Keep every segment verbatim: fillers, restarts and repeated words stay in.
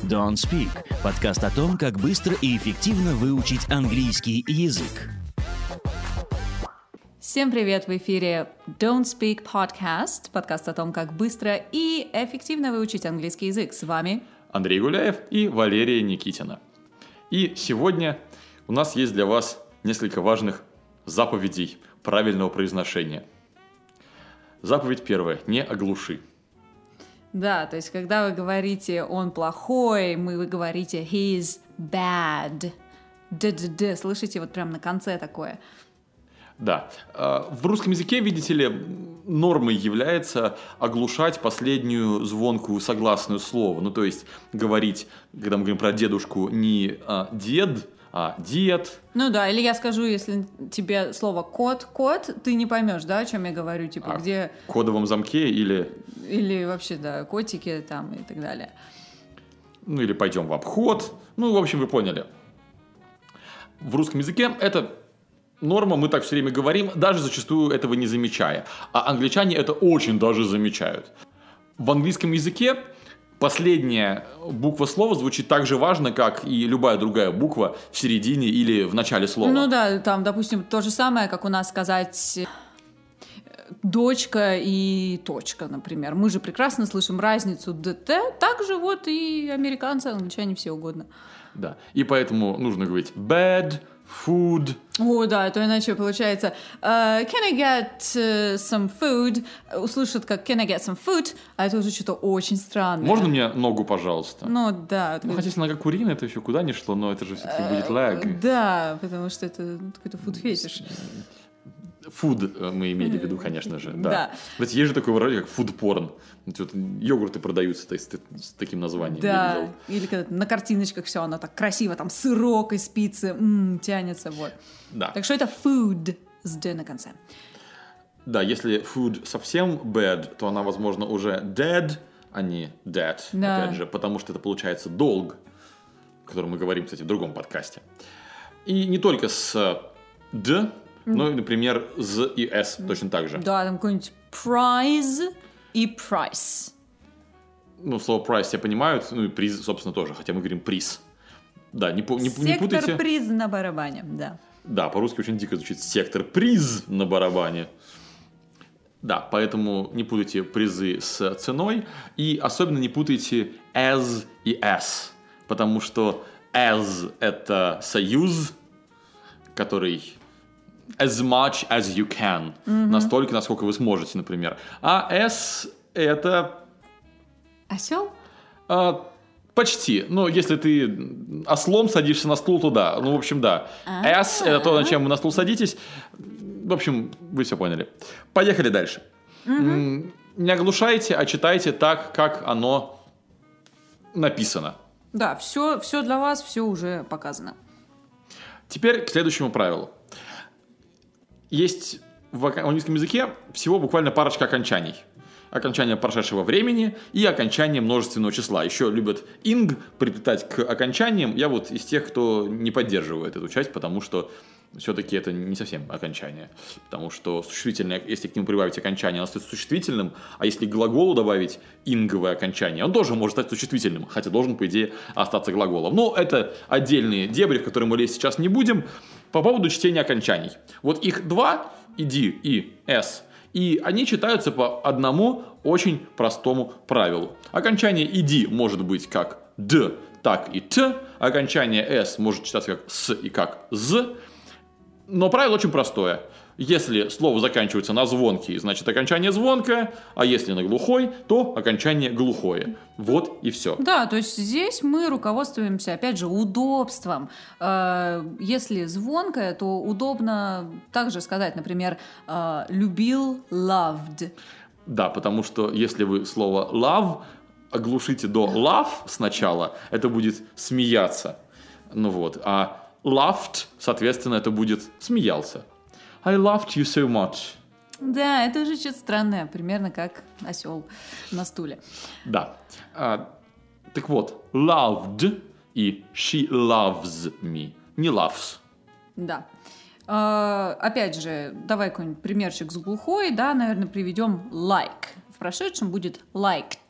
Don't Speak – подкаст о том, как быстро и эффективно выучить английский язык. Всем привет! В эфире Don't Speak Podcast, подкаст о том, как быстро и эффективно выучить английский язык. С вами Андрей Гуляев и Валерия Никитина. И сегодня у нас есть для вас несколько важных заповедей правильного произношения. Заповедь первая – не оглуши. Да, то есть, когда вы говорите «он плохой», мы, вы говорите «he's bad». Д-д-д, слышите, вот прям на конце такое. Да. В русском языке, видите ли, нормой является оглушать последнюю звонкую согласную слово. Ну, то есть, говорить, когда мы говорим про дедушку, не а, дед, а дед. Ну да, или я скажу, если тебе слово «кот», «кот», ты не поймешь, да, о чем я говорю, типа, А где... В кодовом замке или... Или вообще, да, котики там и так далее. Ну, или пойдем в обход. Ну, в общем, вы поняли. В русском языке это норма, мы так все время говорим, даже зачастую этого не замечая. А англичане это очень даже замечают. В английском языке последняя буква слова звучит так же важно, как и любая другая буква в середине или в начале слова. Ну да, там, допустим, то же самое, как у нас сказать дочка и точка, например. Мы же прекрасно слышим разницу ДТ, так же вот и американцы, англичане, все угодно. Да, и поэтому нужно говорить bad, food. О, да, это иначе получается uh, can I get uh, some food? Услышат как can I get some food? А это уже что-то очень странное. Можно мне ногу, пожалуйста? Ну, да. Ну, хотя, если нога куриная, это еще куда ни шло, но это же все-таки будет lag. Да, потому что это какой-то фуд-фетиш. Фуд мы имели в виду, конечно же. Да. Да. Кстати, есть же такое выражение, как фуд-порн. Йогурты продаются то есть, с таким названием. Да, или когда на картиночках все, оно так красиво, там сырок из пиццы м-м, тянется, вот. Да. Так что это food с «д» на конце. Да, если food совсем bad, то она, возможно, уже dead, а не dead, да. Опять же, потому что это получается долг, о котором мы говорим, кстати, в другом подкасте. И не только с «д», но и, например, «з» и «с» точно так же. Да, там какой-нибудь prize и price. Ну, слово price я понимаю, ну и приз, собственно, тоже, хотя мы говорим приз. Да, не, не, Сектор не путайте. Сектор приз на барабане, да. Да, по-русски очень дико звучит сектор приз на барабане. Да, поэтому не путайте призы с ценой и особенно не путайте as и s, потому что as это союз, который as much as you can, mm-hmm. настолько, насколько вы сможете, например. А s это... Осел? А, почти. Ну, если ты ослом садишься на стул, то да. Ну, в общем, да. А-а-а. S это то, на чем вы на стул садитесь. В общем, вы все поняли. Поехали дальше. Mm-hmm. Не оглушайте, а читайте так, как оно написано. Да, все, все для вас, все уже показано. Теперь к следующему правилу. Есть в английском языке всего буквально парочка окончаний. Окончание прошедшего времени и окончание множественного числа. Еще любят ing приплетать к окончаниям. Я вот из тех, кто не поддерживает эту часть, потому что все-таки это не совсем окончание. Потому что существительное, если к нему прибавить окончание, оно становится существительным. А если к глаголу добавить инговое окончание, он тоже может стать существительным. Хотя должен, по идее, остаться глаголом. Но это отдельные дебри, в которые мы лезть сейчас не будем. По поводу чтения окончаний. Вот их два, и D, и S. И они читаются по одному очень простому правилу. Окончание «иди» может быть как «д», так и «т». Окончание «с» может читаться как «с» и как «з». Но правило очень простое. Если слово заканчивается на звонкий, значит окончание звонкое, а если на глухой, то окончание глухое. Вот и все. Да, то есть здесь мы руководствуемся, опять же, удобством. Если звонкое, то удобно также сказать, например, «любил», «loved». Да, потому что если вы слово «love» оглушите до «love» сначала, это будет «смеяться». Ну вот, а «laughed», соответственно, это будет «смеялся». I loved you so much. Да, это уже что-то странное, примерно как осел на стуле. Да. А, так вот, loved и she loves me. Не loves. Да. А, опять же, давай какой-нибудь примерчик с глухой, да, наверное, приведем like. В прошедшем будет liked.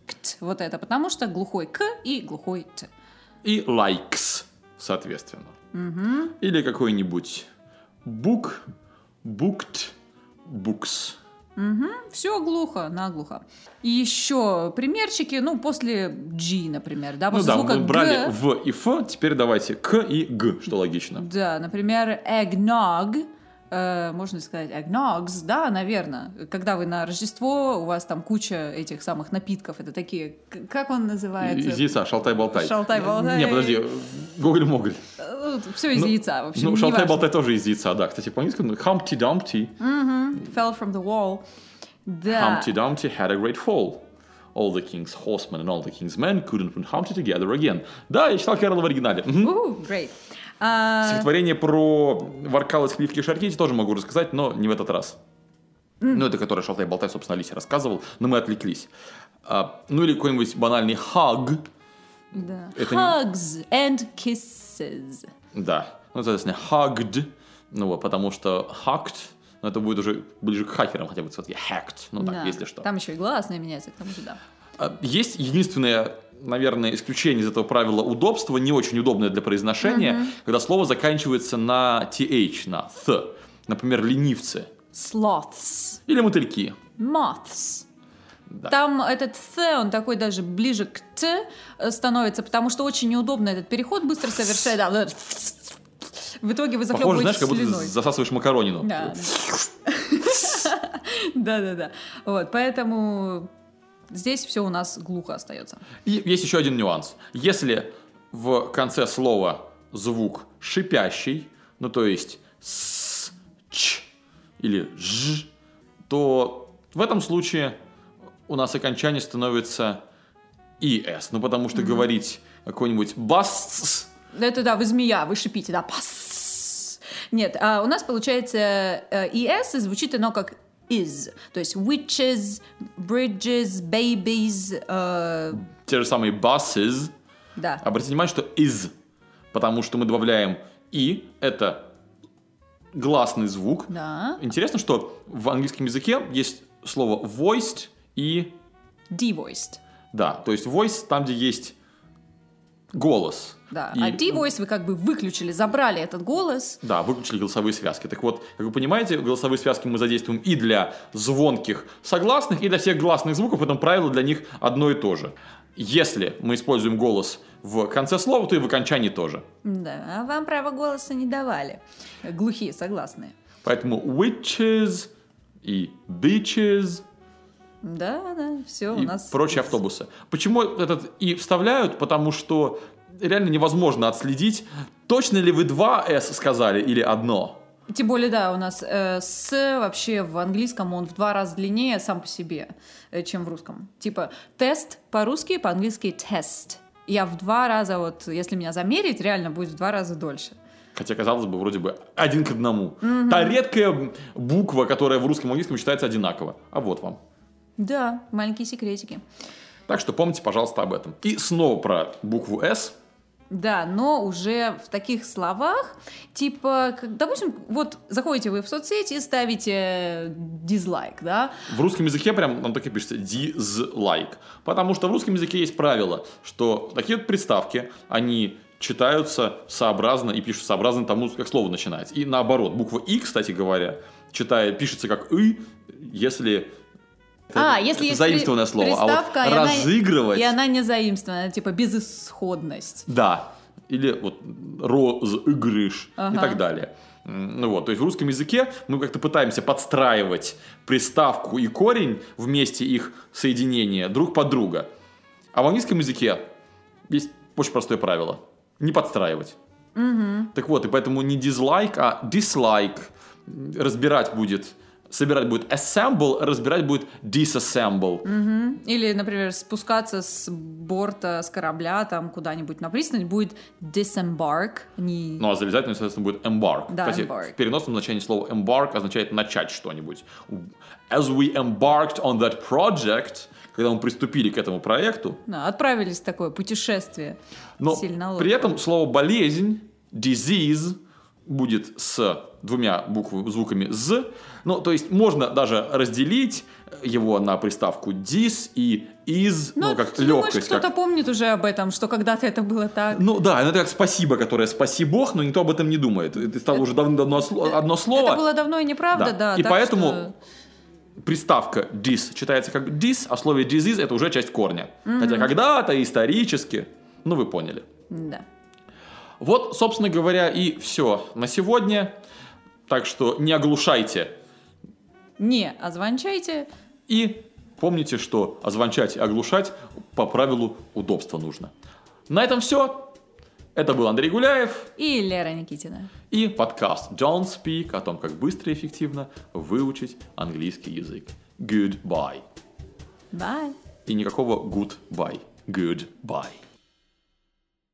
Вот это, потому что глухой к и глухой т. И likes, соответственно. Угу. Или какой-нибудь book, booked, books. Угу. Все глухо, наглухо. И еще примерчики, ну, после G, например, да, после ну да, звука мы брали Г. В и Ф, теперь давайте К и Г, что логично. Да, например, eggnog, э, можно сказать eggnogs, да, наверное. Когда вы на Рождество, у вас там куча этих самых напитков, это такие, к- как он называется? Из яйца, шалтай-болтай. Шалтай-болтай. Не, подожди, гоголь-моголь. Все из Ну, яйца, в общем, Ну, неважно. шалтай-болтай тоже из яйца, да. Кстати, по-английски, ну, Humpty Dumpty. Fell from the wall. Да. Humpty Dumpty had a great fall. All the king's horsemen and all the king's men couldn't put Humpty together again. Да, я читал Кэрол в оригинале. Мгм. Ooh, great. А, Стихотворение про воркалы, скрипки и шарки тоже могу рассказать, но не в этот раз. Ну, это которое Шалтай-болтай, собственно, Алисе рассказывал, но мы отвлеклись. А, ну, или какой-нибудь банальный hug. да. это не- Hugs and kisses. Да, ну, соответственно, hugged, ну, вот, потому что hacked, ну, это будет уже ближе к хакерам, хотя бы все-таки hacked, ну, так, Да. если что. Там еще и гласные меняются, к тому же, да. А, Есть единственное, наверное, исключение из этого правила удобства, не очень удобное для произношения, когда слово заканчивается на th, на th. Например, ленивцы Sloths. или мотыльки. Moths. Да. Там этот th, он такой даже ближе к т становится, потому что очень неудобно этот переход быстро совершать. Да, вот этот. В итоге вы Похоже, знаешь, захлебываетесь как будто ты слюной. засасываешь макаронину. Да. Да-да-да. Вот, поэтому здесь все у нас глухо остается. И есть еще один нюанс. Если в конце слова звук шипящий, ну то есть с, ч или ж, то в этом случае у нас окончание становится ес. Ну потому что говорить какой-нибудь бас, Это да, вы змея, вы шипите, да, пас. Нет, а у нас получается э, es, и звучит оно как is. То есть witches, bridges, babies, э, те же самые buses. да. Обратите внимание, что is, потому что мы добавляем и, это гласный звук. Да. Интересно, что в английском языке есть слово voiced и D-voiced. да, то есть voice там, где есть голос. Да. И- А D-voice вы как бы выключили, забрали этот голос. Да, выключили голосовые связки. Так вот, как вы понимаете, голосовые связки мы задействуем и для звонких согласных, и для всех гласных звуков, поэтому правило для них одно и то же. Если мы используем голос в конце слова, то и в окончании тоже. Да, а вам право голоса не давали. Глухие, согласные. Поэтому witches и bitches Да, да, все у и нас. прочие автобусы. Почему этот и вставляют? Потому что реально невозможно отследить, точно ли вы два «с» сказали или одно. Тем более, да, у нас э, «с» вообще в английском он в два раза длиннее сам по себе, э, чем в русском. Типа тест по-русски, по-английски тест. Я в два раза, вот, если меня замерить, реально будет в два раза дольше. Хотя, казалось бы, вроде бы один к одному. Та редкая буква, которая в русском и английском считается одинаково. А вот вам. Да, маленькие секретики. Так что помните, пожалуйста, об этом. И снова про букву «с». Да, но уже в таких словах, типа, как, допустим, вот заходите вы в соцсети и ставите дизлайк, да? В русском языке прям там так и пишется «dislike». Потому что в русском языке есть правило, что такие вот приставки, они читаются сообразно и пишут сообразно тому, как слово начинается. И наоборот, буква «и», кстати говоря, читает, пишется как «ы», если... Это, А, если это есть заимствованное при- слово. А приставка, вот и она- разыгрывать... И она не заимствованная, типа безысходность. Да. Или вот розыгрыш Ага. и так далее. М, Ну вот, то есть в русском языке мы как-то пытаемся подстраивать приставку и корень вместе их соединения друг под друга. А в английском языке есть очень простое правило. Не подстраивать. Так вот, и поэтому не дизлайк, а dislike разбирать будет... Собирать будет assemble, разбирать будет disassemble. Или, например, спускаться с борта, с корабля там куда-нибудь на пристань будет disembark. Не... Ну, а обязательно, соответственно, будет embark. Да, Кстати, embark. в переносном значении слова embark означает начать что-нибудь. As we embarked on that project, когда мы приступили к этому проекту, Да, отправились в такое путешествие. но Сильно при этом слово болезнь, disease, будет с двумя буквами, звуками «з». Ну, то есть можно даже разделить его на приставку «this» и «is», ну, ну, как ты легкость. Думаешь, кто-то как... помнит уже об этом, что когда-то это было так? Ну да, это как «спасибо», которое «спаси Бог», но никто об этом не думает. Это стало уже давно одно слово. Это было давно и неправда, да. да. И поэтому что... приставка «this» читается как «this», а в слове «disease» это уже часть корня. Mm-hmm. Хотя когда-то исторически, ну вы поняли. Да. Вот, собственно говоря, и все на сегодня. Так что не оглушайте. Не озвончайте. И помните, что озвончать и оглушать по правилу удобства нужно. На этом все. Это был Андрей Гуляев. И Лера Никитина. И подкаст Don't Speak о том, как быстро и эффективно выучить английский язык. Goodbye. Bye. И никакого goodbye. Goodbye.